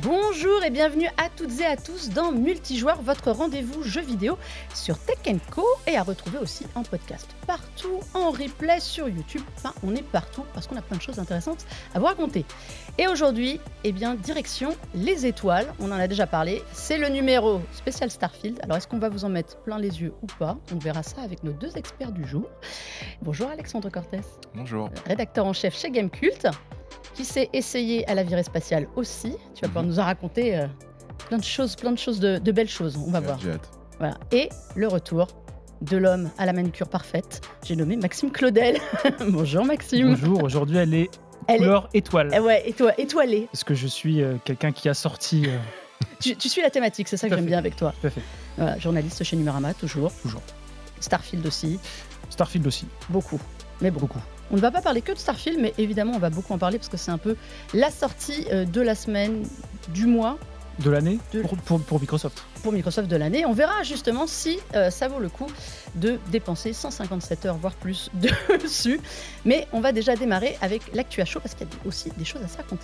Bonjour et bienvenue à toutes et à tous dans Multijoueur, votre rendez-vous jeux vidéo sur Tech & Co et à retrouver aussi en podcast partout, en replay sur YouTube. Enfin, on est partout parce qu'on a plein de choses intéressantes à vous raconter. Et aujourd'hui, direction les étoiles, on en a déjà parlé, c'est le numéro spécial Starfield. Alors, est-ce qu'on va vous en mettre plein les yeux ou pas? On verra ça avec nos deux experts du jour. Bonjour Alexandre Cortés. Bonjour. Rédacteur en chef chez Gamecult, qui s'est essayé à la virée spatiale aussi. Tu vas pouvoir nous en raconter plein de choses, de belles choses. On va voir. J'ai hâte. Voilà. Et le retour de l'homme à la manucure parfaite. J'ai nommé Maxime Claudel. Bonjour Maxime. Bonjour, aujourd'hui elle est couleur étoile. Ouais, étoilée. Parce que je suis quelqu'un qui a sorti... Tu suis la thématique, c'est ça que j'aime bien avec toi. Tout à fait. Voilà, journaliste chez Numérama, toujours. Starfield aussi. Starfield aussi. Beaucoup. Mais bon. Beaucoup. On ne va pas parler que de Starfield, mais évidemment, on va beaucoup en parler parce que c'est un peu la sortie de la semaine, du mois. De l'année pour Microsoft. Pour Microsoft de l'année. On verra justement si ça vaut le coup de dépenser 157 heures, voire plus, dessus. Mais on va déjà démarrer avec l'actu à chaud parce qu'il y a aussi des choses à se raconter.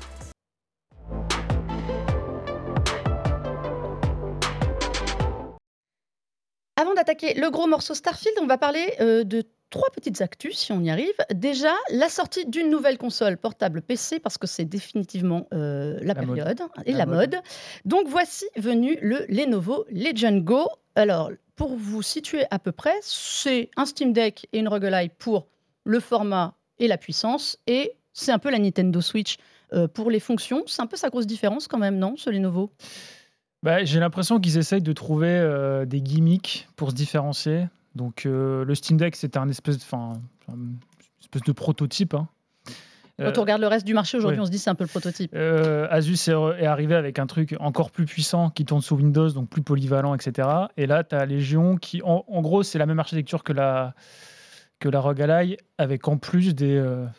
Avant d'attaquer le gros morceau Starfield, on va parler de 3 petites actus, si on y arrive. Déjà, la sortie d'une nouvelle console portable PC, parce que c'est définitivement la période et la mode. Donc, voici venu le Lenovo Legion Go. Alors, pour vous situer à peu près, c'est un Steam Deck et une ROG Ally pour le format et la puissance. Et c'est un peu la Nintendo Switch pour les fonctions. C'est un peu sa grosse différence quand même, non, ce Lenovo ? J'ai l'impression qu'ils essayent de trouver des gimmicks pour se différencier. Donc le Steam Deck, c'était une espèce de prototype. Hein. Quand on regarde le reste du marché aujourd'hui, on se dit c'est un peu le prototype. Asus est arrivé avec un truc encore plus puissant qui tourne sous Windows, donc plus polyvalent, etc. Et là, tu as Legion qui, en gros, c'est la même architecture que la ROG Ally, avec en plus des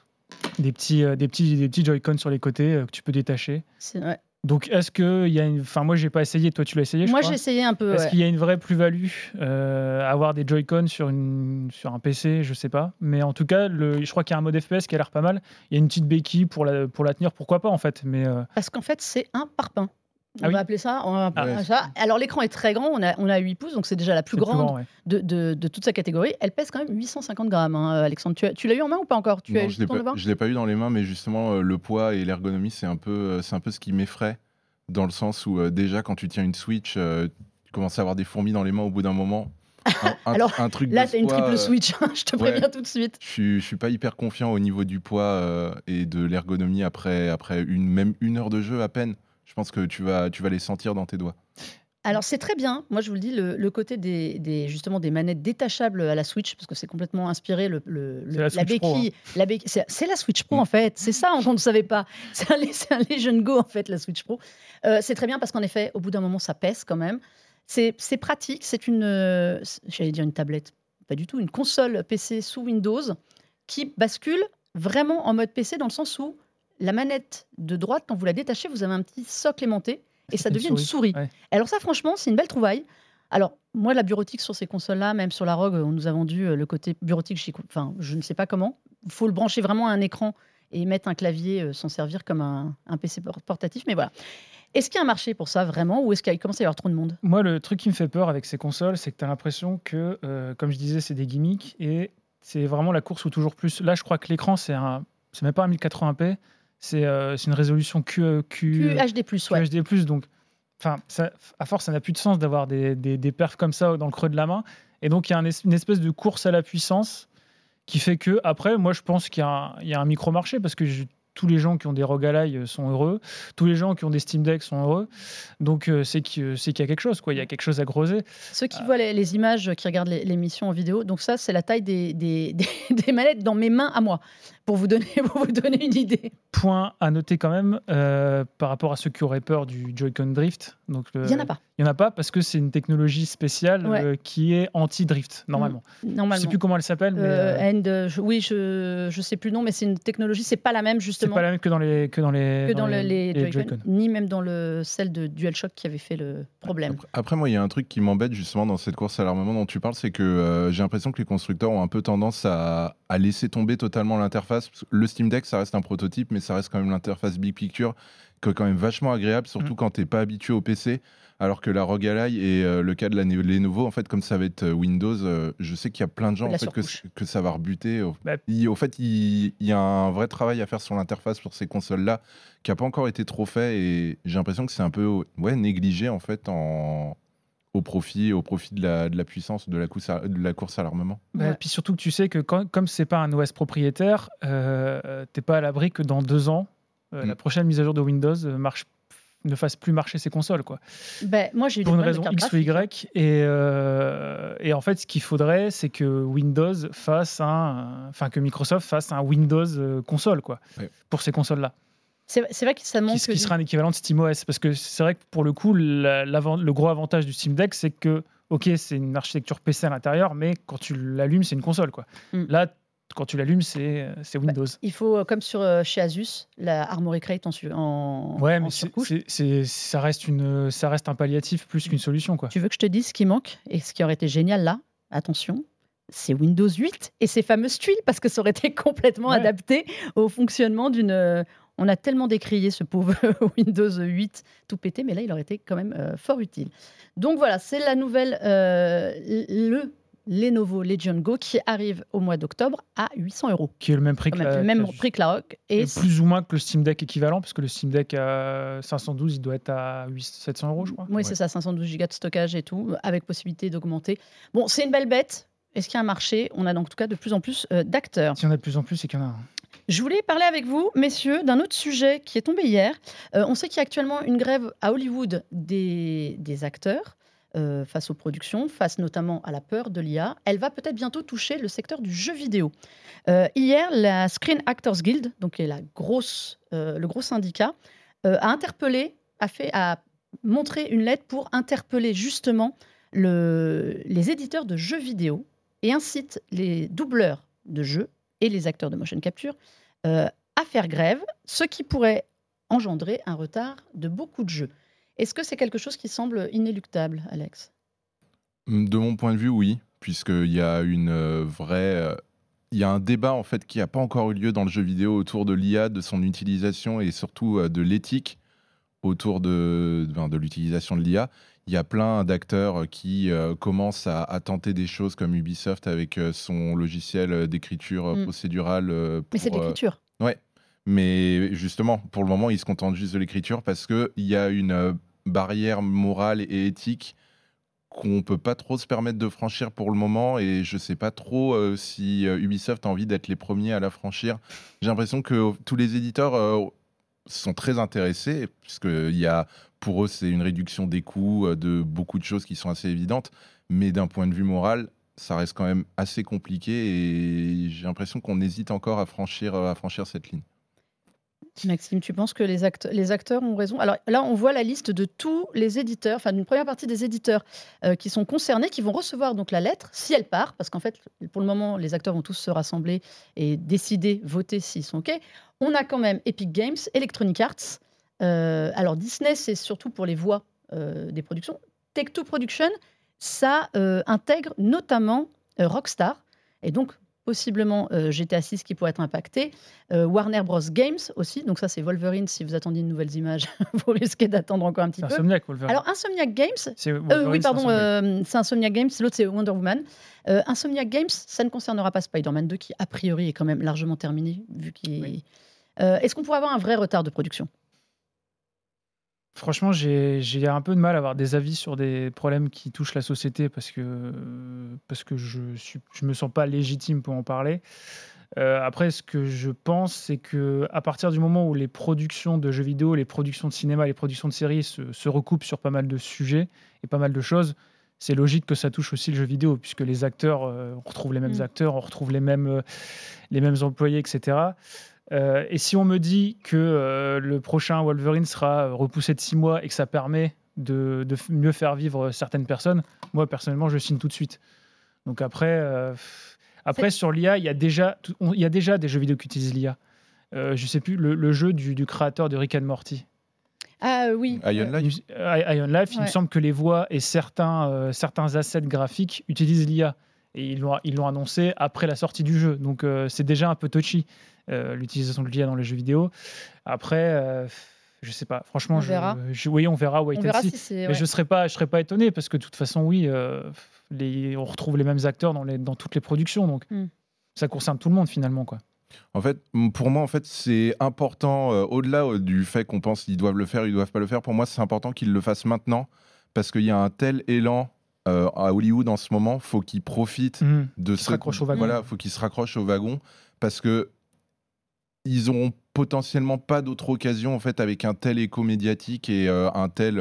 petits Joy-Con sur les côtés que tu peux détacher. C'est vrai. Donc, est-ce qu'il y a une... Enfin, moi, j'ai pas essayé. Toi, tu l'as essayé, Moi, j'ai essayé un peu, Est-ce qu'il y a une vraie plus-value avoir des Joy-Con sur un PC? Je sais pas. Mais en tout cas, je crois qu'il y a un mode FPS qui a l'air pas mal. Il y a une petite béquille pour la tenir. Pourquoi pas, en fait. Parce qu'en fait, c'est un parpaing. On oui. va appeler ça. Ça. Alors, l'écran est très grand. On a 8 pouces, donc c'est déjà la plus grande de toute sa catégorie. Elle pèse quand même 850 grammes, hein, Alexandre. Tu l'as eu en main ou pas encore? Non, je ne l'ai pas eu dans les mains, mais justement, le poids et l'ergonomie, c'est un peu ce qui m'effraie, dans le sens où déjà, quand tu tiens une Switch, tu commences à avoir des fourmis dans les mains au bout d'un moment. Alors, un truc là, c'est une triple Switch, je te préviens tout de suite. Je suis pas hyper confiant au niveau du poids et de l'ergonomie après même une heure de jeu à peine. Je pense que tu vas les sentir dans tes doigts. Alors, c'est très bien. Moi, je vous le dis, le côté justement des manettes détachables à la Switch, parce que c'est complètement inspiré la béquille. C'est la Switch Pro, en fait. C'est ça, on ne savait pas. C'est un Legion Go, en fait, la Switch Pro. C'est très bien parce qu'en effet, au bout d'un moment, ça pèse quand même. C'est pratique. C'est j'allais dire une tablette. Pas du tout. Une console PC sous Windows qui bascule vraiment en mode PC dans le sens où la manette de droite, quand vous la détachez, vous avez un petit socle aimanté et ça devient une souris. Ouais. Alors ça, franchement, c'est une belle trouvaille. Alors, moi, la bureautique sur ces consoles-là, même sur la ROG, on nous a vendu le côté bureautique. Je ne sais pas comment. Il faut le brancher vraiment à un écran et mettre un clavier, s'en servir comme un PC portatif. Mais voilà. Est-ce qu'il y a un marché pour ça, vraiment, ou est-ce qu'il commence à y avoir trop de monde? Moi, le truc qui me fait peur avec ces consoles, c'est que tu as l'impression que, comme je disais, c'est des gimmicks et c'est vraiment la course ou toujours plus. Là, je crois que l'écran, c'est même pas un 1080p. C'est une résolution QHD+, ouais. QHD+, donc à force, ça n'a plus de sens d'avoir des perfs comme ça dans le creux de la main. Et donc, il y a une espèce de course à la puissance qui fait que, après, moi, je pense qu'il y a un micro-marché parce que tous les gens qui ont des ROG Ally sont heureux, tous les gens qui ont des Steam Deck sont heureux. Donc, c'est qu'il y a quelque chose, quoi. Il y a quelque chose à creuser. Ceux qui voient les images, qui regardent l'émission en vidéo, donc ça, c'est la taille des manettes dans mes mains à moi, pour vous donner une idée. Point à noter quand même, par rapport à ceux qui auraient peur du Joy-Con Drift. Donc, il n'y en a pas. Il n'y en a pas parce que c'est une technologie spéciale qui est anti-drift, normalement. Je ne sais plus comment elle s'appelle. Oui, je ne sais plus le nom, mais c'est une technologie, c'est pas la même justement. C'est pas la même que dans les Joy-Con, ni même dans celle de DualShock qui avait fait le problème. Après, moi, il y a un truc qui m'embête justement dans cette course à l'armement dont tu parles, c'est que j'ai l'impression que les constructeurs ont un peu tendance à laisser tomber totalement l'interface. Le Steam Deck, ça reste un prototype, mais ça reste quand même l'interface Big Picture quand même vachement agréable, surtout quand t'es pas habitué au PC. Alors que la ROG Ally et le cas de la Lenovo, en fait, comme ça va être Windows, je sais qu'il y a plein de gens en fait, que ça va rebuter. Au fait, il y a un vrai travail à faire sur l'interface pour ces consoles-là qui n'a pas encore été trop fait et j'ai l'impression que c'est un peu négligé en fait au profit de la puissance de la course à l'armement. Puis surtout que tu sais que comme c'est pas un OS propriétaire, t'es pas à l'abri que dans 2 ans, la prochaine mise à jour de Windows ne fasse plus marcher ces consoles, quoi. Moi, j'ai eu pour une raison X ou Y. Et en fait, ce qu'il faudrait, c'est que que Microsoft fasse un Windows console, quoi, pour ces consoles-là. C'est vrai que ça manque. Qui sera un équivalent de SteamOS, parce que c'est vrai que pour le coup, le gros avantage du Steam Deck, c'est que, ok, c'est une architecture PC à l'intérieur, mais quand tu l'allumes, c'est une console, quoi. Là, quand tu l'allumes, c'est Windows. Il faut, comme chez Asus, la Armoury Crate en mais ça reste un palliatif plus qu'une solution, quoi. Tu veux que je te dise ce qui manque et ce qui aurait été génial là? Attention, c'est Windows 8 et ces fameuses tuiles, parce que ça aurait été complètement adapté au fonctionnement d'une... On a tellement décrié ce pauvre Windows 8 tout pété, mais là, il aurait été quand même fort utile. Donc voilà, c'est la nouvelle, le Lenovo Legion Go qui arrive au mois d'octobre à 800 €. Qui est le même prix que la ROG. Et plus ou moins que le Steam Deck équivalent, parce que le Steam Deck à 512, il doit être à 700 €, je crois. Oui, c'est ça, 512 Go de stockage et tout, avec possibilité d'augmenter. Bon, c'est une belle bête. Est-ce qu'il y a un marché? On a donc en tout cas de plus en plus d'acteurs. Si on a de plus en plus, c'est qu'il y en a un. Je voulais parler avec vous, messieurs, d'un autre sujet qui est tombé hier. On sait qu'il y a actuellement une grève à Hollywood des acteurs face aux productions, face notamment à la peur de l'IA. Elle va peut-être bientôt toucher le secteur du jeu vidéo. Hier, la Screen Actors Guild, donc qui est le gros syndicat, a montré une lettre pour interpeller justement les éditeurs de jeux vidéo et incite les doubleurs de jeux et les acteurs de motion capture à faire grève, ce qui pourrait engendrer un retard de beaucoup de jeux. Est-ce que c'est quelque chose qui semble inéluctable, Alex? De mon point de vue, oui, puisqu'il y a il y a un débat en fait qui n'a pas encore eu lieu dans le jeu vidéo autour de l'IA, de son utilisation et surtout de l'éthique autour de l'utilisation de l'IA. Il y a plein d'acteurs qui commencent à tenter des choses comme Ubisoft avec son logiciel d'écriture procédurale. Mais c'est de l'écriture. Ouais, mais justement, pour le moment, ils se contentent juste de l'écriture parce qu'il y a une barrière morale et éthique qu'on ne peut pas trop se permettre de franchir pour le moment, et je ne sais pas trop si Ubisoft a envie d'être les premiers à la franchir. J'ai l'impression que tous les éditeurs sont très intéressés, puisque pour eux, c'est une réduction des coûts, de beaucoup de choses qui sont assez évidentes, mais d'un point de vue moral, ça reste quand même assez compliqué, et j'ai l'impression qu'on hésite encore à franchir cette ligne. Maxime, tu penses que les acteurs ont raison? Alors là, on voit la liste de tous les éditeurs, enfin d'une première partie des éditeurs qui sont concernés, qui vont recevoir donc la lettre, si elle part, parce qu'en fait, pour le moment, les acteurs vont tous se rassembler et décider, voter s'ils sont OK. On a quand même Epic Games, Electronic Arts. Alors Disney, c'est surtout pour les voix des productions. Take-Two Production, ça intègre notamment Rockstar, et donc possiblement GTA 6 qui pourrait être impacté, Warner Bros Games aussi, donc ça c'est Wolverine, si vous attendiez de nouvelles images, vous risquez d'attendre encore un petit peu. Insomniac, Wolverine. Alors Insomniac Games, c'est Insomniac Games, l'autre c'est Wonder Woman. Insomniac Games, ça ne concernera pas Spider-Man 2 qui a priori est quand même largement terminé, vu qu'il... Oui. Est-ce qu'on pourrait avoir un vrai retard de production? Franchement, j'ai un peu de mal à avoir des avis sur des problèmes qui touchent la société parce que je me sens pas légitime pour en parler. Après, ce que je pense, c'est que à partir du moment où les productions de jeux vidéo, les productions de cinéma, les productions de séries se recoupent sur pas mal de sujets et pas mal de choses, c'est logique que ça touche aussi le jeu vidéo, puisque les acteurs, on retrouve les mêmes acteurs, on retrouve les mêmes employés, etc. Et si on me dit que le prochain Wolverine sera repoussé de 6 mois et que ça permet de mieux faire vivre certaines personnes, moi personnellement je signe tout de suite. Donc après sur l'IA, il y a déjà des jeux vidéo qui utilisent l'IA. Je sais plus, le jeu du créateur de Rick and Morty. Ah oui. Ion Life. Il me semble que les voix et certains assets graphiques utilisent l'IA. Et ils l'ont annoncé après la sortie du jeu. Donc c'est déjà un peu touchy, l'utilisation de l'IA dans les jeux vidéo. Après, Je sais pas. Franchement, on verra. Oui, on verra. On verra si mais je serais pas étonné parce que de toute façon, oui, on retrouve les mêmes acteurs dans toutes les productions, donc ça concerne tout le monde finalement, quoi. En fait, pour moi, c'est important, au-delà du fait qu'on pense qu'ils doivent le faire, ils doivent pas le faire. Pour moi, c'est important qu'ils le fassent maintenant parce qu'il y a un tel élan à Hollywood en ce moment. Faut qu'ils profitent de se raccrochent au wagon. Voilà, faut qu'ils se raccrochent au wagon parce que ils auront potentiellement pas d'autre occasion en fait avec un tel écho médiatique et un tel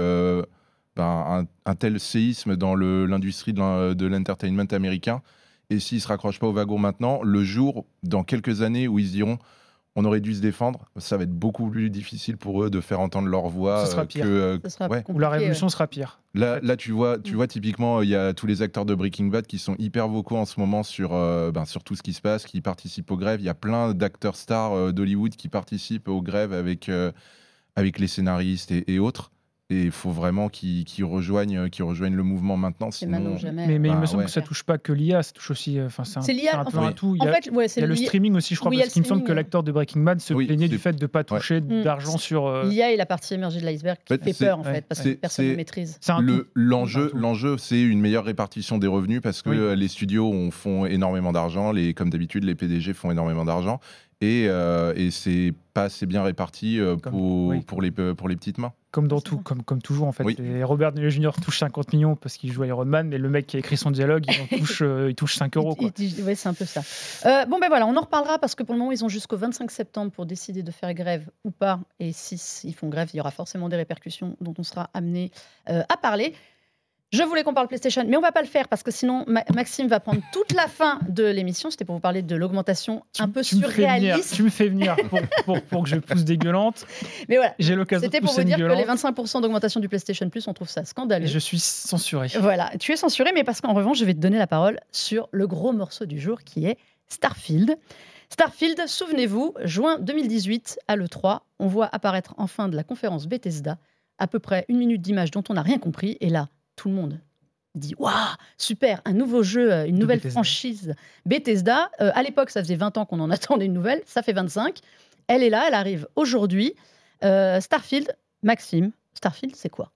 séisme dans l'industrie de l'entertainment américain. Et s'ils se raccrochent pas au wagon maintenant, le jour, dans quelques années, où ils diront on aurait dû se défendre, ça va être beaucoup plus difficile pour eux de faire entendre leur voix. Ce sera pire. Ou la révolution sera pire. Là, tu vois, typiquement, il y a tous les acteurs de Breaking Bad qui sont hyper vocaux en ce moment sur tout ce qui se passe, qui participent aux grèves. Il y a plein d'acteurs stars d'Hollywood qui participent aux grèves avec les scénaristes et autres. Et il faut vraiment qu'ils rejoignent le mouvement maintenant. Sinon, jamais. Mais il me semble que ça touche pas que l'IA, ça touche aussi. C'est l'IA, un peu un tout. Il y a le streaming aussi, je crois, parce qu'il me semble que l'acteur de Breaking Bad se plaignait du fait de ne pas toucher d'argent sur. L'IA est la partie émergée de l'iceberg qui fait peur, en fait, parce que personne ne maîtrise. L'enjeu, c'est une meilleure répartition des revenus parce que les studios font énormément d'argent. Comme d'habitude, les PDG font énormément d'argent. Et c'est pas assez bien réparti pour les petites mains. Comme dans tout, comme toujours en fait. Et Robert Downey Jr. touche 50 millions parce qu'il joue Iron Man, mais le mec qui a écrit son dialogue, il touche 5 euros. Oui, c'est un peu ça. On en reparlera parce que pour le moment, ils ont jusqu'au 25 septembre pour décider de faire grève ou pas. Et si ils font grève, il y aura forcément des répercussions dont on sera amené à parler. Je voulais qu'on parle PlayStation, mais on ne va pas le faire parce que sinon Maxime va prendre toute la fin de l'émission. C'était pour vous parler de l'augmentation un peu surréaliste. Tu me fais venir pour que je pousse des gueulantes. Mais voilà, j'ai l'occasion c'était de pour vous dire que les 25% d'augmentation du PlayStation Plus, on trouve ça scandaleux. Et je suis censuré. Voilà, tu es censuré, mais parce qu'en revanche, je vais te donner la parole sur le gros morceau du jour qui est Starfield. Starfield, souvenez-vous, juin 2018 à l'E3, on voit apparaître en fin de la conférence Bethesda à peu près 1 minute d'image dont on n'a rien compris, et là, tout le monde dit « Waouh, super, un nouveau jeu, une nouvelle franchise Bethesda ». À l'époque, ça faisait 20 ans qu'on en attendait une nouvelle, ça fait 25. Elle est là, elle arrive aujourd'hui. Starfield, Maxime, Starfield, c'est quoi ?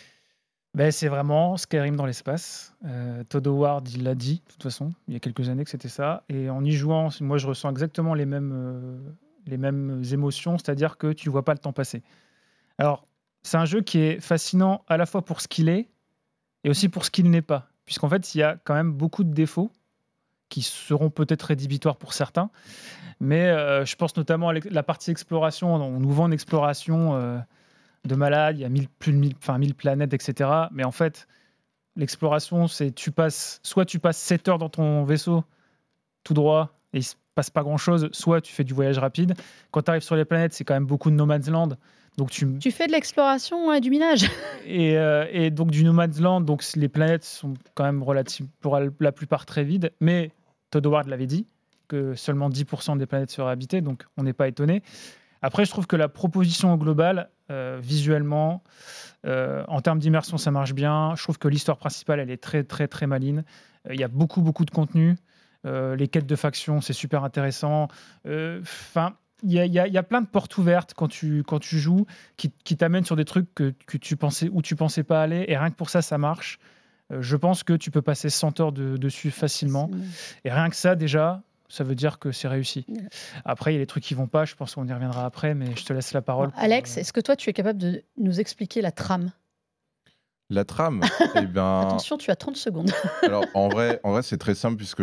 C'est vraiment Skyrim dans l'espace. Todd Howard, il l'a dit, de toute façon, il y a quelques années que c'était ça. Et en y jouant, moi, je ressens exactement les mêmes émotions, c'est-à-dire que tu ne vois pas le temps passer. Alors, c'est un jeu qui est fascinant à la fois pour ce qu'il est et aussi pour ce qu'il n'est pas. Puisqu'en fait, il y a quand même beaucoup de défauts qui seront peut-être rédhibitoires pour certains. Mais je pense notamment à la partie exploration. On nous vend une exploration de malade, il y a 1000 planètes, etc. Mais en fait, l'exploration, c'est tu passes 7 heures dans ton vaisseau tout droit et il ne se passe pas grand-chose, soit tu fais du voyage rapide. Quand tu arrives sur les planètes, c'est quand même beaucoup de no man's land. Donc tu fais de l'exploration et du minage. Et donc du no man's land, donc les planètes sont quand même relatives pour la plupart très vides. Mais Todd Howard l'avait dit, que seulement 10% des planètes seraient habitées, donc on n'est pas étonné. Après, je trouve que la proposition globale, visuellement, en termes d'immersion, ça marche bien. Je trouve que l'histoire principale, elle est très, très, très maligne. Il y a beaucoup, beaucoup de contenu. Les quêtes de factions, c'est super intéressant. Il y a plein de portes ouvertes quand tu joues qui t'amènent sur des trucs que tu pensais pas aller. Et rien que pour ça, ça marche. Je pense que tu peux passer 100 heures dessus facilement. Et rien que ça, déjà, ça veut dire que c'est réussi. Après, il y a des trucs qui vont pas. Je pense qu'on y reviendra après, mais je te laisse la parole. Alex, est-ce que toi, tu es capable de nous expliquer la trame ? La trame, Attention, tu as 30 secondes. Alors, en vrai, c'est très simple, puisque,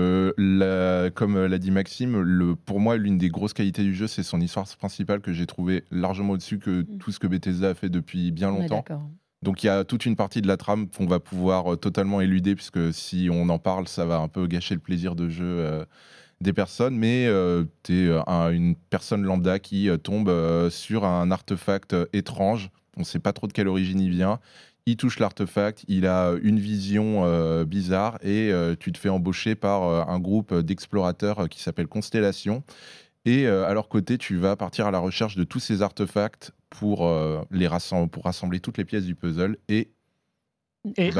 comme l'a dit Maxime, pour moi, l'une des grosses qualités du jeu, c'est son histoire principale que j'ai trouvé largement au-dessus que tout ce que Bethesda a fait depuis bien longtemps. Donc, il y a toute une partie de la trame qu'on va pouvoir totalement éluder, puisque si on en parle, ça va un peu gâcher le plaisir de jeu des personnes. Mais tu es une personne lambda qui tombe sur un artefact étrange. On ne sait pas trop de quelle origine il vient. Il touche l'artefact, il a une vision bizarre et tu te fais embaucher par un groupe d'explorateurs qui s'appelle Constellation. Et à leur côté, tu vas partir à la recherche de tous ces artefacts pour rassembler toutes les pièces du puzzle. Et les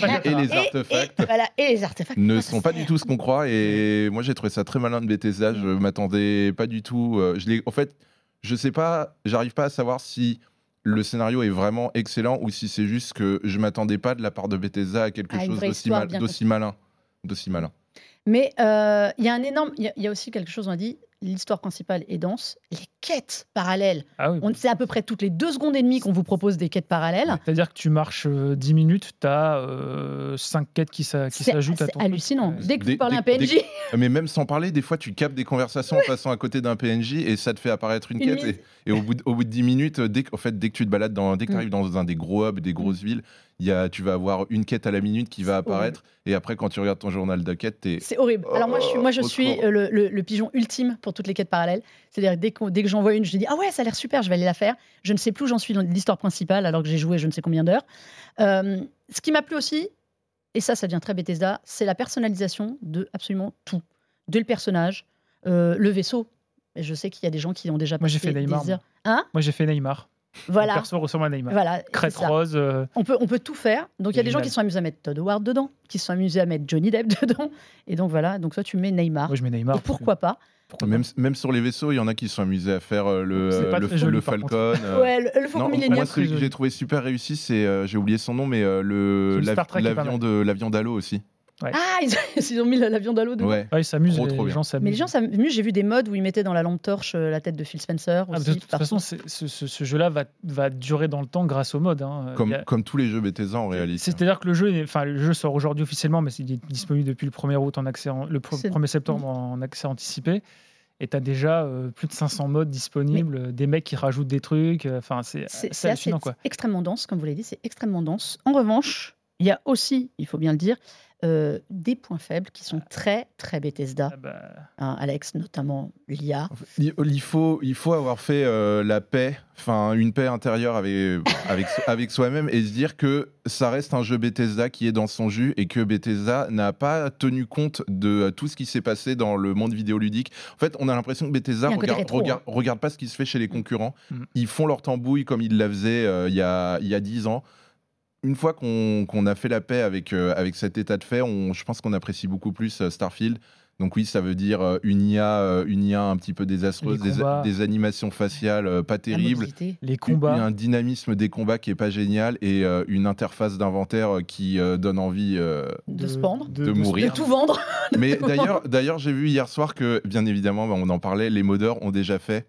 artefacts ne sont pas du tout ce qu'on croit. Et moi, j'ai trouvé ça très malin de Bethesda. Je m'attendais pas du tout. En fait, je sais pas, j'arrive pas à savoir si le scénario est vraiment excellent ou si c'est juste que je m'attendais pas de la part de Bethesda à quelque chose d'aussi malin. Mais il y a il y a aussi quelque chose, on a dit, l'histoire principale est dense, les quêtes parallèles. C'est à peu près toutes les 2 secondes et demie qu'on vous propose des quêtes parallèles. C'est-à-dire que tu marches 10 minutes, tu as 5 quêtes qui s'ajoutent à ton... C'est hallucinant. Dès que vous parlez un PNJ... Mais même sans parler, des fois, tu captes des conversations en passant à côté d'un PNJ et ça te fait apparaître une quête. Et au bout de 10 minutes, dès que tu te balades, dès que tu arrives dans un des gros hubs, des grosses villes, tu vas avoir une quête à la minute qui va apparaître. Et après, quand tu regardes ton journal de quête, c'est horrible. Alors moi, je suis le pigeon ultime pour toutes les quêtes parallèles. C'est-à-dire dès que j'en vois une, je dis « Ah ouais, ça a l'air super, je vais aller la faire ». Je ne sais plus où j'en suis dans l'histoire principale alors que j'ai joué je ne sais combien d'heures. Ce qui m'a plu aussi, et ça devient très Bethesda, c'est la personnalisation de absolument tout. De le personnage, le vaisseau. Et je sais qu'il y a des gens qui ont déjà passé des heures. Moi, j'ai fait Neymar. Voilà. Le perso ressemble à Neymar. Voilà, crête rose. On peut tout faire. Donc il y a des gens qui sont amusés à mettre Todd Howard dedans, qui sont amusés à mettre Johnny Depp dedans. Et donc voilà, donc toi tu mets Neymar. Moi je mets Neymar. Et pourquoi pas même sur les vaisseaux, il y en a qui sont amusés à faire le Falcon. Le Faucon Millennium. Moi, celui que j'ai trouvé super réussi, c'est, j'ai oublié son nom, mais l'avion d'Halo aussi. Ouais. Ah, ils ont mis l'avion d'Halo dedans. Ouais, ils s'amusent. Trop les gens s'amusent. Mais les gens s'amusent. J'ai vu des mods où ils mettaient dans la lampe torche la tête de Phil Spencer. Aussi, de toute façon, ce jeu-là va durer dans le temps grâce au mod. Hein. Comme tous les jeux Bethesda en réalité. C'est-à-dire que le jeu sort aujourd'hui officiellement, mais il est disponible depuis le 1er août le 1er septembre en accès anticipé. Et tu as déjà plus de 500 mods disponibles, des mecs qui rajoutent des trucs. C'est hallucinant, quoi. Extrêmement dense, comme vous l'avez dit, c'est extrêmement dense. En revanche, il y a aussi, il faut bien le dire, des points faibles qui sont très, très Bethesda. Alex, notamment l'IA. Il faut avoir fait la paix, une paix intérieure avec soi-même et se dire que ça reste un jeu Bethesda qui est dans son jus et que Bethesda n'a pas tenu compte de tout ce qui s'est passé dans le monde vidéoludique. En fait, on a l'impression que Bethesda regarde pas ce qui se fait chez les concurrents. Ils font leur tambouille comme ils la faisaient il y a 10 ans. Une fois qu'on a fait la paix avec cet état de fait, je pense qu'on apprécie beaucoup plus Starfield. Donc oui, ça veut dire une IA un petit peu désastreuse, des animations faciales pas terribles, les combats, un dynamisme des combats qui est pas génial et une interface d'inventaire qui donne envie de se pendre, de mourir, de tout vendre. Mais d'ailleurs, j'ai vu hier soir que, bien évidemment, on en parlait, les modeurs ont déjà fait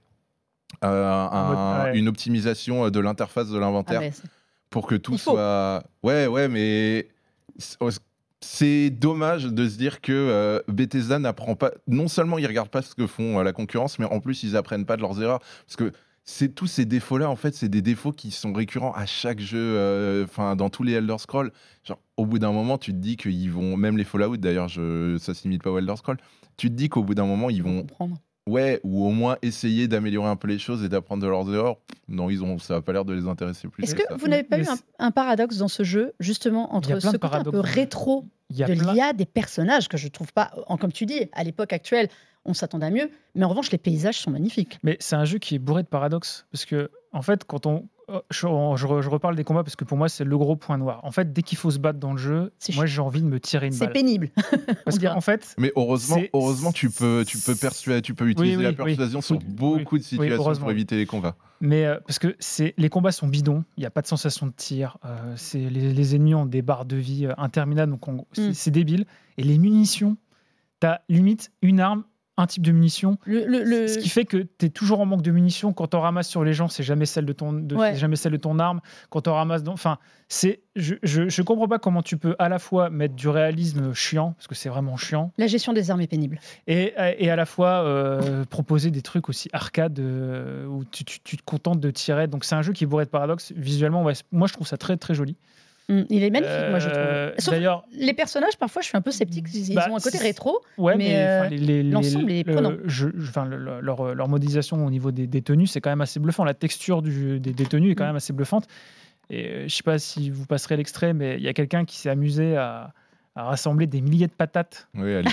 une optimisation de l'interface de l'inventaire. Pour que tout soit... Ouais, mais c'est dommage de se dire que Bethesda n'apprend pas... Non seulement ils ne regardent pas ce que font la concurrence, mais en plus, ils n'apprennent pas de leurs erreurs. Parce que tous ces défauts-là, en fait, c'est des défauts qui sont récurrents à chaque jeu, dans tous les Elder Scrolls. Genre, au bout d'un moment, tu te dis qu'ils vont... Même les Fallout, d'ailleurs, ça ne s'imite pas aux Elder Scrolls. Tu te dis qu'au bout d'un moment, ils vont... comprendre. Ouais, ou au moins essayer d'améliorer un peu les choses et d'apprendre de leurs erreurs. Non, ça n'a pas l'air de les intéresser plus. Est-ce que vous n'avez pas eu un paradoxe dans ce jeu, justement, entre ce côté un peu rétro de l'IA des personnages, que je ne trouve pas, comme tu dis, à l'époque actuelle, on s'attendait à mieux, mais en revanche, les paysages sont magnifiques. Mais c'est un jeu qui est bourré de paradoxes, parce que, en fait, quand je reparle des combats parce que pour moi c'est le gros point noir. En fait, dès qu'il faut se battre dans le jeu, moi j'ai envie de me tirer une balle. C'est pénible. Parce qu'en fait, mais heureusement tu peux utiliser la persuasion sur beaucoup de situations pour éviter les combats. Mais parce que les combats sont bidons, il n'y a pas de sensation de tir. Les ennemis ont des barres de vie interminables, donc c'est débile. Et les munitions, t'as limite une arme, un type de munition, ce qui fait que tu es toujours en manque de munitions. Quand tu en ramasses sur les gens, c'est jamais celle de ton arme. Quand tu en ramasses, je comprends pas comment tu peux à la fois mettre du réalisme chiant, parce que c'est vraiment chiant. La gestion des armes est pénible. Et à la fois proposer des trucs aussi arcade où tu te contentes de tirer. Donc c'est un jeu qui est bourré de paradoxes. Visuellement, moi je trouve ça très très joli. Il est magnifique, moi je trouve. Sauf d'ailleurs, les personnages, parfois, je suis un peu sceptique. Ils ont un côté rétro, mais l'ensemble est prenant. Leur modélisation au niveau des tenues, c'est quand même assez bluffant. La texture des tenues est quand même assez bluffante. Et je ne sais pas si vous passerez l'extrait, mais il y a quelqu'un qui s'est amusé à rassembler des milliers de patates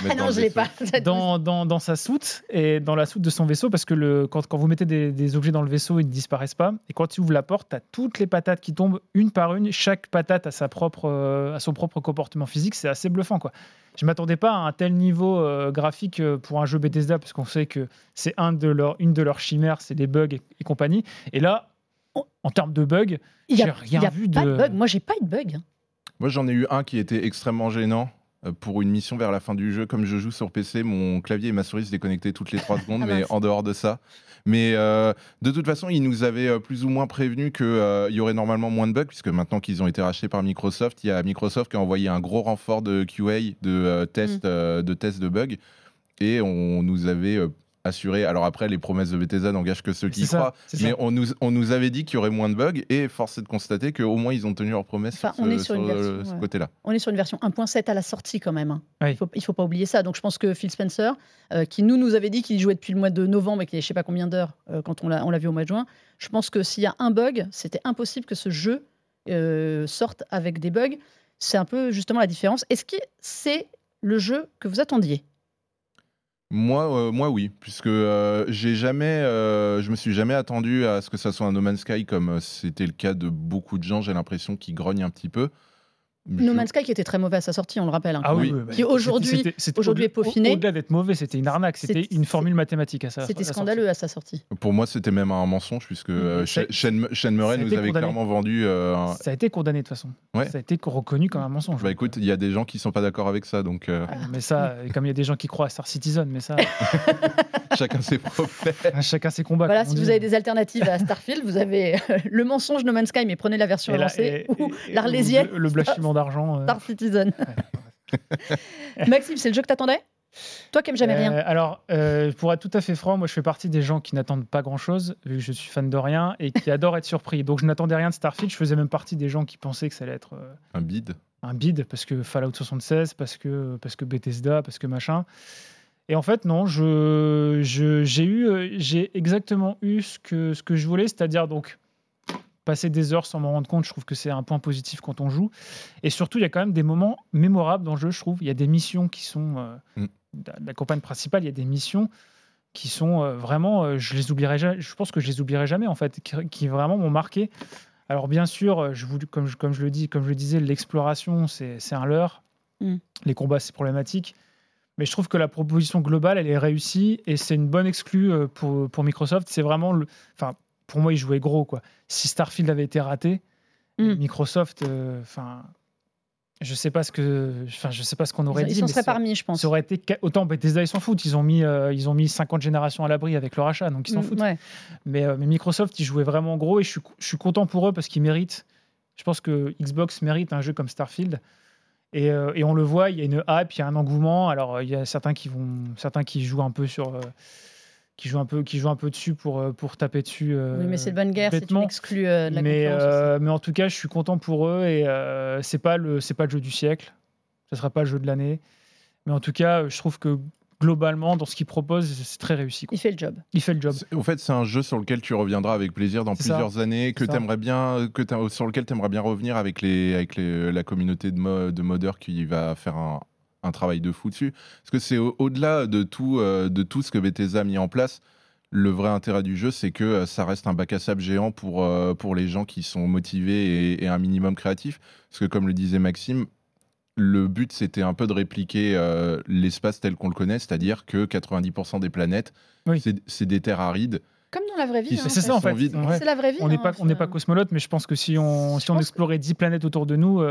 dans sa soute et dans la soute de son vaisseau, parce que quand vous mettez des objets dans le vaisseau, ils ne disparaissent pas. Et quand tu ouvres la porte, tu as toutes les patates qui tombent une par une. Chaque patate a son propre comportement physique. C'est assez bluffant, quoi. Je ne m'attendais pas à un tel niveau graphique pour un jeu Bethesda, parce qu'on sait que c'est une de leurs chimères, c'est les bugs et compagnie. Et là, En termes de bugs, j'ai rien vu de... Pas de bug. Moi, j'ai pas eu de bug. Moi, j'en ai eu un qui était extrêmement gênant. Pour une mission vers la fin du jeu, comme je joue sur PC, mon clavier et ma souris se déconnectaient toutes les 3 secondes, mais en dehors de ça. Mais de toute façon, ils nous avaient plus ou moins prévenu qu'il y aurait normalement moins de bugs, puisque maintenant qu'ils ont été rachetés par Microsoft, il y a Microsoft qui a envoyé un gros renfort de QA, de tests de bugs, et on nous avait assuré. Alors après, les promesses de Bethesda n'engagent que ceux qui y croient, mais on nous avait dit qu'il y aurait moins de bugs, et force est de constater qu'au moins ils ont tenu leurs promesses sur ce côté-là. On est sur une version 1.7 à la sortie quand même. Oui. Il faut pas oublier ça. Donc je pense que Phil Spencer, qui nous avait dit qu'il jouait depuis le mois de novembre et qu'il y avait je sais pas combien d'heures quand on l'a vu au mois de juin, je pense que s'il y a un bug, c'était impossible que ce jeu sorte avec des bugs. C'est un peu justement la différence. Est-ce que c'est le jeu que vous attendiez ? Moi, oui, puisque je me suis jamais attendu à ce que ça soit un No Man's Sky comme c'était le cas de beaucoup de gens. J'ai l'impression qu'ils grognent un petit peu. No Man's Sky qui était très mauvais à sa sortie, on le rappelle. Ah oui, qui aujourd'hui est peaufiné. Au-delà d'être mauvais, c'était une arnaque, c'était une formule mathématique à sa sortie. C'était scandaleux à sa sortie. Pour moi, c'était même un mensonge, puisque Shenmue nous avait clairement vendu. Ça a été condamné de toute façon. Ouais. Ça a été reconnu comme un mensonge. Bah écoute, il y a des gens qui sont pas d'accord avec ça, donc. Mais ça, comme il y a des gens qui croient à Star Citizen, mais ça. Chacun ses problèmes. Chacun ses combats. Voilà, si vous avez des alternatives à Starfield, vous avez le mensonge No Man's Sky, mais prenez la version avancée, ou l'Arlésienne. Le blanchiment d'argent. Star Citizen. Maxime, c'est le jeu que t'attendais ? Toi qui n'aimes jamais rien. Alors, pour être tout à fait franc, moi je fais partie des gens qui n'attendent pas grand-chose, vu que je suis fan de rien, et qui adorent être surpris. Donc je n'attendais rien de Starfield, je faisais même partie des gens qui pensaient que ça allait être... un bid. Un bid, parce que Fallout 76, parce que Bethesda, parce que machin... Et en fait, non, j'ai exactement eu ce que je voulais, c'est-à-dire donc passer des heures sans m'en rendre compte. Je trouve que c'est un point positif quand on joue. Et surtout, il y a quand même des moments mémorables dans le jeu, je trouve. Il y a des missions qui sont la campagne principale. Il y a des missions qui sont vraiment, je les oublierai jamais. Je pense que je les oublierai jamais en fait, qui vraiment m'ont marqué. Alors bien sûr, comme je le disais, l'exploration c'est un leurre. Les combats c'est problématique. Mais je trouve que la proposition globale, elle est réussie et c'est une bonne exclue pour Microsoft. C'est vraiment, pour moi, ils jouaient gros, quoi. Si Starfield avait été raté, Microsoft, je sais pas ce qu'on aurait dit. Ils s'en seraient parmi, je pense. Ça aurait été autant Bethesda, ils s'en foutent. Ils ont mis 50 générations à l'abri avec leur achat, donc ils s'en foutent. Ouais. Mais Microsoft, ils jouaient vraiment gros et je suis content pour eux parce qu'ils méritent. Je pense que Xbox mérite un jeu comme Starfield. Et on le voit, il y a une hype, il y a un engouement. Alors il y a certains qui jouent un peu sur, qui jouent un peu dessus pour taper dessus. Oui, mais c'est de bonne guerre, c'est une exclue de la concurrence. Mais en tout cas, je suis content pour eux et c'est pas le jeu du siècle, ce sera pas le jeu de l'année. Mais en tout cas, je trouve que globalement, dans ce qu'il propose, c'est très réussi, quoi. Il fait le job. En fait, c'est un jeu sur lequel tu reviendras avec plaisir dans plusieurs années, sur lequel tu aimerais bien revenir avec la communauté de modeurs qui va faire un travail de fou dessus. Parce que c'est au-delà de tout ce que Bethesda a mis en place. Le vrai intérêt du jeu, c'est que ça reste un bac à sable géant pour les gens qui sont motivés et un minimum créatifs. Parce que comme le disait Maxime, le but, c'était un peu de répliquer l'espace tel qu'on le connaît, c'est-à-dire que 90% des planètes, c'est des terres arides. Comme dans la vraie vie. C'est ça, en fait. C'est la vraie vie. On n'est pas cosmonaute, mais je pense que si on explorait 10 planètes autour de nous,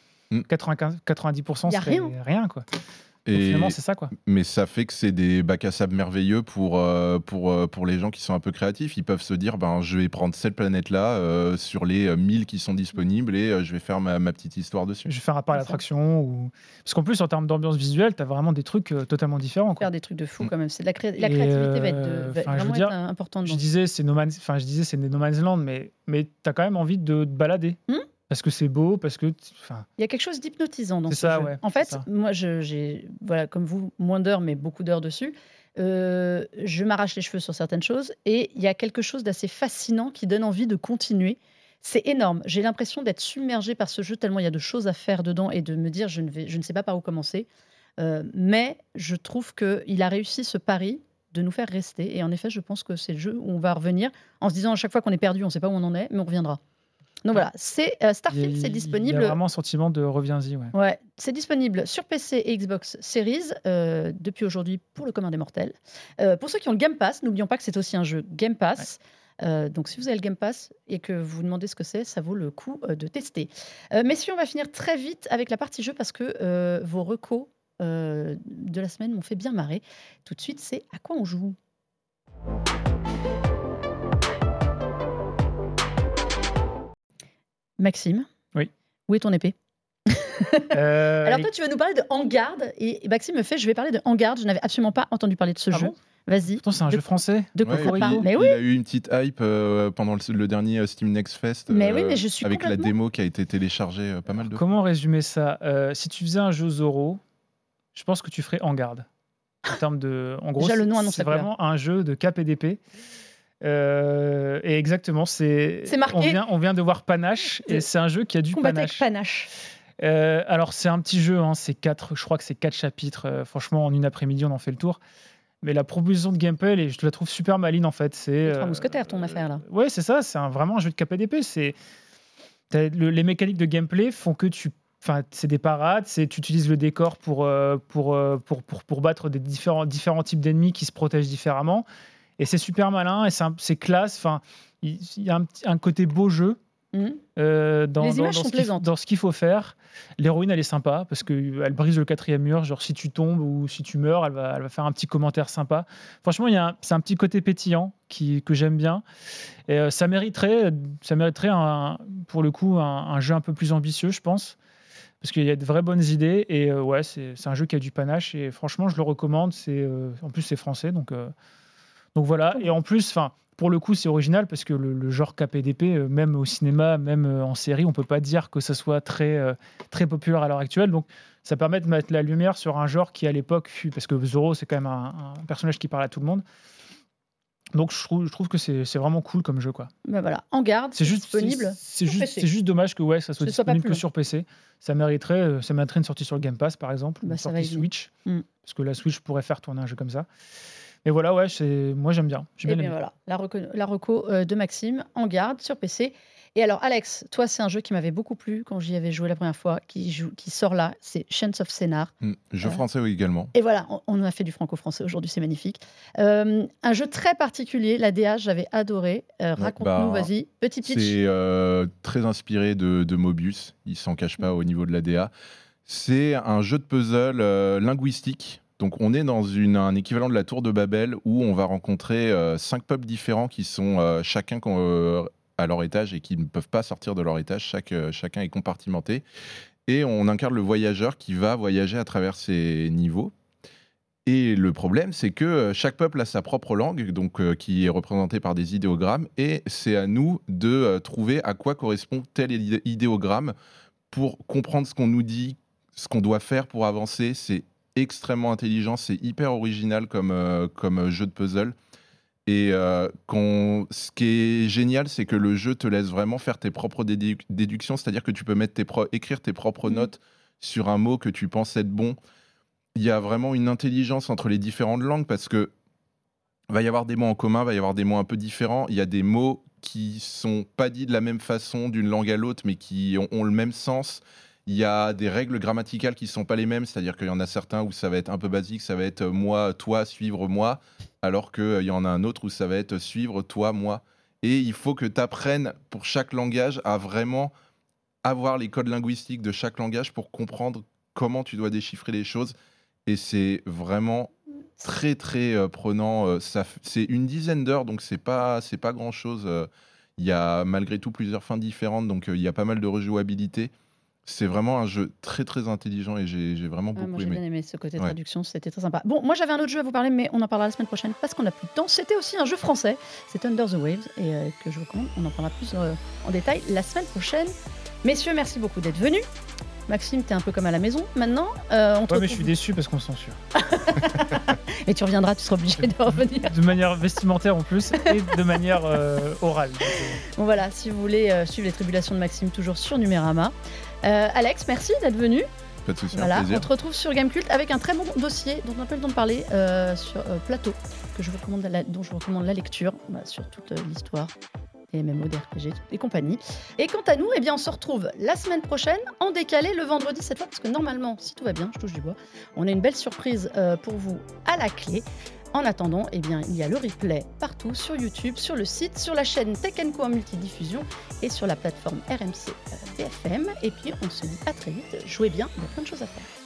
90% serait rien, quoi. Et finalement, c'est ça, quoi. Mais ça fait que c'est des bacs à sable merveilleux pour les gens qui sont un peu créatifs. Ils peuvent se dire, je vais prendre cette planète-là sur les 1000 qui sont disponibles et je vais faire ma petite histoire dessus. Je vais faire un parc d'attraction. Parce qu'en plus, en termes d'ambiance visuelle, tu as vraiment des trucs totalement différents, quoi. Faire des trucs de fou, quand même. C'est la créativité va être importante. Je disais, c'est No Man's Land, mais tu as quand même envie de te balader. Parce que c'est beau, parce que... Il y a quelque chose d'hypnotisant dans ce jeu. Ouais, en fait, moi, j'ai, comme vous, moins d'heures, mais beaucoup d'heures dessus. Je m'arrache les cheveux sur certaines choses et il y a quelque chose d'assez fascinant qui donne envie de continuer. C'est énorme. J'ai l'impression d'être submergée par ce jeu tellement il y a de choses à faire dedans et de me dire je ne sais pas par où commencer. Mais je trouve qu'il a réussi ce pari de nous faire rester. Et en effet, je pense que c'est le jeu où on va revenir en se disant à chaque fois qu'on est perdu, on ne sait pas où on en est, mais on reviendra. Donc voilà, c'est Starfield, c'est disponible. Il y a vraiment un sentiment de reviens-y. Ouais, c'est disponible sur PC et Xbox Series depuis aujourd'hui pour le commun des mortels. Pour ceux qui ont le Game Pass, n'oublions pas que c'est aussi un jeu Game Pass. Donc si vous avez le Game Pass et que vous vous demandez ce que c'est, ça vaut le coup de tester. Messieurs, on va finir très vite avec la partie jeu parce que vos recos de la semaine m'ont fait bien marrer. Tout de suite, c'est à quoi on joue. Maxime, oui. Où est ton épée? Alors toi, tu vas nous parler de Enguarde et Maxime me fait, je vais parler de Enguarde. Je n'avais absolument pas entendu parler de ce jeu. Bon, vas-y. Pourtant, c'est un jeu français. De quoi ça parle? Mais oui. Il a eu une petite hype pendant le dernier Steam Next Fest. Mais oui, mais je suis avec la démo qui a été téléchargée pas mal de fois. Comment résumer ça? Si tu faisais un jeu Zorro, je pense que tu ferais Enguarde. En termes de, en gros, le nom c'est vraiment un jeu de cap et d'épée. Et exactement, c'est marqué. On vient de voir Panache et c'est un jeu qui a du panache. Alors c'est un petit jeu, hein, je crois que c'est 4 chapitres. Franchement, en une après-midi, on en fait le tour. Mais la proposition de gameplay, je la trouve super maligne en fait. C'est les 3 mousquetaires, ton affaire là. Ouais, c'est ça. C'est vraiment un jeu de cap et d'épée. Les mécaniques de gameplay font que c'est des parades. Tu utilises le décor pour battre des différents types d'ennemis qui se protègent différemment. Et c'est super malin et c'est classe. Enfin, il y a un côté beau jeu. Les images sont plaisantes. Dans ce qu'il faut faire. L'héroïne, elle est sympa parce qu'elle brise le 4e mur. Genre, si tu tombes ou si tu meurs, elle va faire un petit commentaire sympa. Franchement, c'est un petit côté pétillant que j'aime bien. Et ça mériterait pour le coup, un jeu un peu plus ambitieux, je pense. Parce qu'il y a de vraies bonnes idées. Et ouais, c'est un jeu qui a du panache. Et franchement, je le recommande. En plus, c'est français. Donc voilà. Et en plus, pour le coup, c'est original parce que le genre KPDP, même au cinéma, même en série, on peut pas dire que ça soit très, très populaire à l'heure actuelle. Donc, ça permet de mettre la lumière sur un genre qui, à l'époque, fut... Parce que Zorro, c'est quand même un personnage qui parle à tout le monde. Donc, je trouve que c'est vraiment cool comme jeu, quoi. Ben voilà, Enguarde, c'est disponible c'est juste dommage que ça soit disponible que sur PC. Ça mériterait une sortie sur le Game Pass, par exemple, une sortie Switch. Parce que la Switch pourrait faire tourner un jeu comme ça. Et voilà, ouais, moi j'aime bien. Et bien voilà, la reco de Maxime, Enguarde sur PC. Et alors Alex, toi c'est un jeu qui m'avait beaucoup plu quand j'y avais joué la première fois, qui sort là, c'est Chains of Scénar. Jeu français oui, également. Et voilà, on a fait du franco-français aujourd'hui, c'est magnifique. Un jeu très particulier, la DA, j'avais adoré. Raconte-nous, vas-y, petit pitch. C'est très inspiré de Mobius, il s'en cache pas au niveau de la DA. C'est un jeu de puzzle linguistique. Donc on est dans un équivalent de la tour de Babel où on va rencontrer 5 peuples différents qui sont chacun à leur étage et qui ne peuvent pas sortir de leur étage. Chacun est compartimenté. Et on incarne le voyageur qui va voyager à travers ces niveaux. Et le problème, c'est que chaque peuple a sa propre langue, donc qui est représentée par des idéogrammes. Et c'est à nous de trouver à quoi correspond tel idéogramme pour comprendre ce qu'on nous dit, ce qu'on doit faire pour avancer. C'est extrêmement intelligent, c'est hyper original comme jeu de puzzle. Et ce qui est génial, c'est que le jeu te laisse vraiment faire tes propres déductions, c'est-à-dire que tu peux écrire tes propres notes sur un mot que tu penses être bon. Il y a vraiment une intelligence entre les différentes langues parce que va y avoir des mots en commun, va y avoir des mots un peu différents. Il y a des mots qui sont pas dits de la même façon d'une langue à l'autre, mais qui ont le même sens. Il y a des règles grammaticales qui ne sont pas les mêmes, c'est-à-dire qu'il y en a certains où ça va être un peu basique, ça va être moi, toi, suivre moi, alors qu'il y en a un autre où ça va être suivre toi, moi. Et il faut que tu apprennes pour chaque langage à vraiment avoir les codes linguistiques de chaque langage pour comprendre comment tu dois déchiffrer les choses. Et c'est vraiment très, très prenant. C'est une dizaine d'heures, donc c'est pas grand-chose. Il y a malgré tout plusieurs fins différentes, donc il y a pas mal de rejouabilité. C'est vraiment un jeu très très intelligent et j'ai vraiment beaucoup aimé. J'ai bien aimé ce côté traduction, c'était très sympa. Bon, moi j'avais un autre jeu à vous parler, mais on en parlera la semaine prochaine parce qu'on n'a plus de temps. C'était aussi un jeu français, c'est Under the Waves, et que je vous recommande. On en parlera plus en détail la semaine prochaine. Messieurs, merci beaucoup d'être venus. Maxime, t'es un peu comme à la maison maintenant. Mais je suis déçu parce qu'on censure. Et tu reviendras, tu seras obligé de revenir. De manière vestimentaire en plus et de manière orale. Bon voilà, si vous voulez suivre les tribulations de Maxime, toujours sur Numérama. Alex, merci d'être venu. Pas de soucis, voilà, un plaisir. On te retrouve sur Gamecult avec un très bon dossier dont on n'a pas eu le temps de parler sur Plateau, dont je vous recommande la lecture sur toute l'histoire des MMO, des RPG et compagnie. Et quant à nous, on se retrouve la semaine prochaine, en décalé le vendredi cette fois, parce que normalement, si tout va bien, je touche du bois, on a une belle surprise pour vous à la clé. En attendant, eh bien, il y a le replay partout sur YouTube, sur le site, sur la chaîne Tech & Co en multidiffusion et sur la plateforme RMC BFM. Et puis, on se dit à très vite. Jouez bien, il y a plein de choses à faire.